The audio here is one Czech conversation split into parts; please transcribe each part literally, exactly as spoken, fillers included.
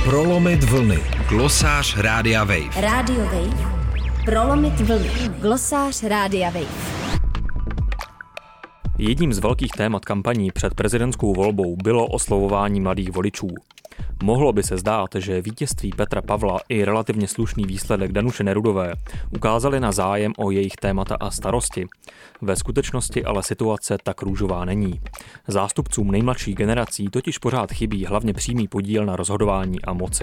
Prolomit vlny. Glosář Rádia Wave. Rádio Wave. Prolomit vlny. Glosář Rádia Wave. Jedním z velkých témat kampaní před prezidentskou volbou bylo oslovování mladých voličů. Mohlo by se zdát, že vítězství Petra Pavla i relativně slušný výsledek Danuše Nerudové ukázali na zájem o jejich témata a starosti. Ve skutečnosti ale situace tak růžová není. Zástupcům nejmladších generací totiž pořád chybí hlavně přímý podíl na rozhodování a moci.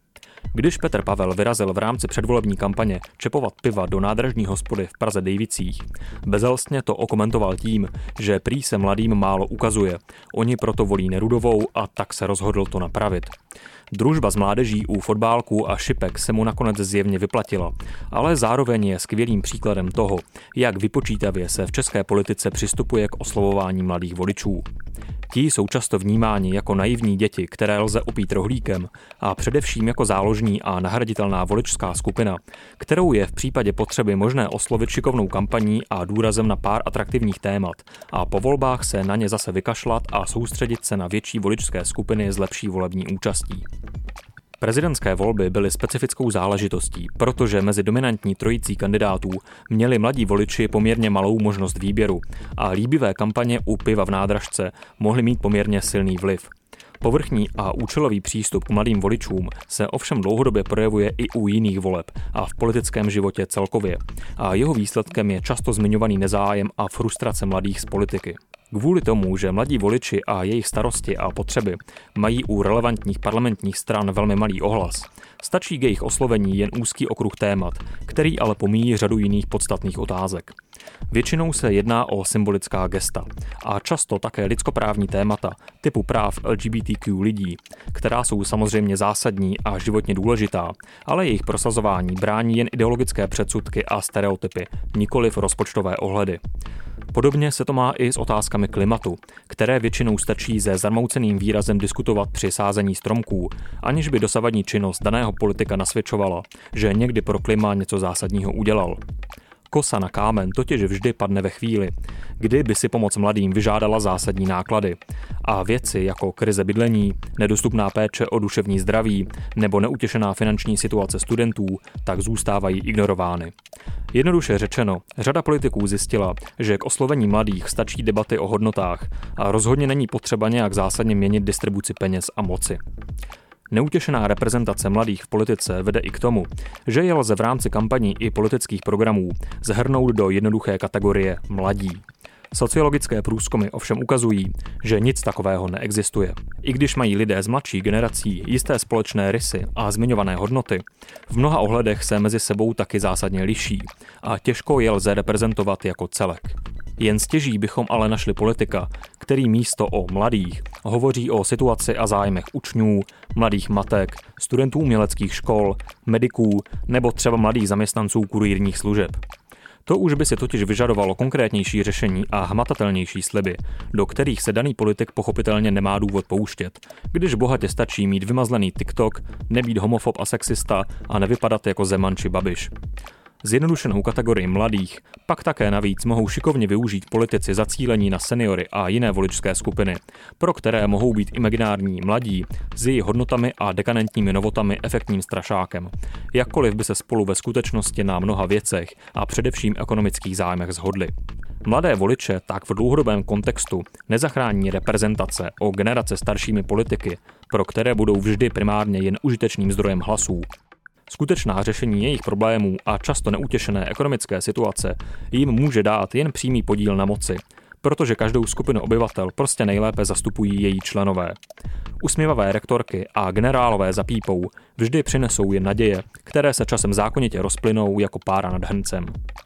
Když Petr Pavel vyrazil v rámci předvolební kampaně čepovat piva do nádražní hospody v Praze Dejvicích, bezelstně to okomentoval tím, že prý se mladým málo ukazuje. Oni proto volí Nerudovou a tak se rozhodl to napravit. Družba s mládeží u fotbálků a šipek se mu nakonec zjevně vyplatila, ale zároveň je skvělým příkladem toho, jak vypočítavě se v české politice přistupuje k oslovování mladých voličů. Ti jsou často vnímáni jako naivní děti, které lze opít rohlíkem, a především jako záložní a nahraditelná voličská skupina, kterou je v případě potřeby možné oslovit šikovnou kampaní a důrazem na pár atraktivních témat a po volbách se na ně zase vykašlat a soustředit se na větší voličské skupiny s lepší volební účastí. Prezidentské volby byly specifickou záležitostí, protože mezi dominantní trojicí kandidátů měli mladí voliči poměrně malou možnost výběru a líbivé kampaně u piva v nádražce mohly mít poměrně silný vliv. Povrchní a účelový přístup k mladým voličům se ovšem dlouhodobě projevuje i u jiných voleb a v politickém životě celkově. A jeho výsledkem je často zmiňovaný nezájem a frustrace mladých z politiky. Kvůli tomu, že mladí voliči a jejich starosti a potřeby mají u relevantních parlamentních stran velmi malý ohlas, stačí k jejich oslovení jen úzký okruh témat, který ale pomíjí řadu jiných podstatných otázek. Většinou se jedná o symbolická gesta a často také lidskoprávní témata typu práv L G B T Q lidí, která jsou samozřejmě zásadní a životně důležitá, ale jejich prosazování brání jen ideologické předsudky a stereotypy, nikoliv rozpočtové ohledy. Podobně se to má i s otázkami klimatu, které většinou stačí se zarmouceným výrazem diskutovat při sázení stromků, aniž by dosavadní činnost daného politika nasvědčovala, že někdy pro klima něco zásadního udělal. Kosa na kámen totiž vždy padne ve chvíli, kdy by si pomoc mladým vyžádala zásadní náklady a věci jako krize bydlení, nedostupná péče o duševní zdraví nebo neutěšená finanční situace studentů tak zůstávají ignorovány. Jednoduše řečeno, řada politiků zjistila, že k oslovení mladých stačí debaty o hodnotách a rozhodně není potřeba nějak zásadně měnit distribuci peněz a moci. Neutěšená reprezentace mladých v politice vede i k tomu, že je lze v rámci kampaní i politických programů zhrnout do jednoduché kategorie mladí. Sociologické průzkumy ovšem ukazují, že nic takového neexistuje. I když mají lidé z mladší generací jisté společné rysy a zmiňované hodnoty, v mnoha ohledech se mezi sebou taky zásadně liší a těžko je lze reprezentovat jako celek. Jen stěží bychom ale našli politika, který místo o mladých hovoří o situaci a zájmech učňů, mladých matek, studentů uměleckých škol, mediků nebo třeba mladých zaměstnanců kurýrních služeb. To už by si totiž vyžadovalo konkrétnější řešení a hmatatelnější sliby, do kterých se daný politik pochopitelně nemá důvod pouštět, když bohatě stačí mít vymazlený TikTok, nebýt homofob a sexista a nevypadat jako Zeman či Babiš. Zjednodušenou kategorii mladých pak také navíc mohou šikovně využít politici zacílení na seniory a jiné voličské skupiny, pro které mohou být imaginární mladí s jejich hodnotami a dekadentními novotami efektním strašákem, jakkoliv by se spolu ve skutečnosti na mnoha věcech a především ekonomických zájmech shodli. Mladé voliče tak v dlouhodobém kontextu nezachrání reprezentace o generace staršími politiky, pro které budou vždy primárně jen užitečným zdrojem hlasů. Skutečná řešení jejich problémů a často neutěšené ekonomické situace jim může dát jen přímý podíl na moci, protože každou skupinu obyvatel prostě nejlépe zastupují její členové. Usměvavé rektorky a generálové za pípou vždy přinesou jen naděje, které se časem zákonitě rozplynou jako pára nad hrncem.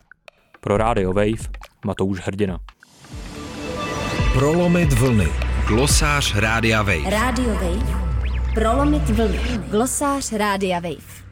Pro Rádio Wave Matouš Hrdina. Prolomit vlny. Glosář Rádia Wave. Rádio Wave. Prolomit vlny. Glosář Rádia Wave.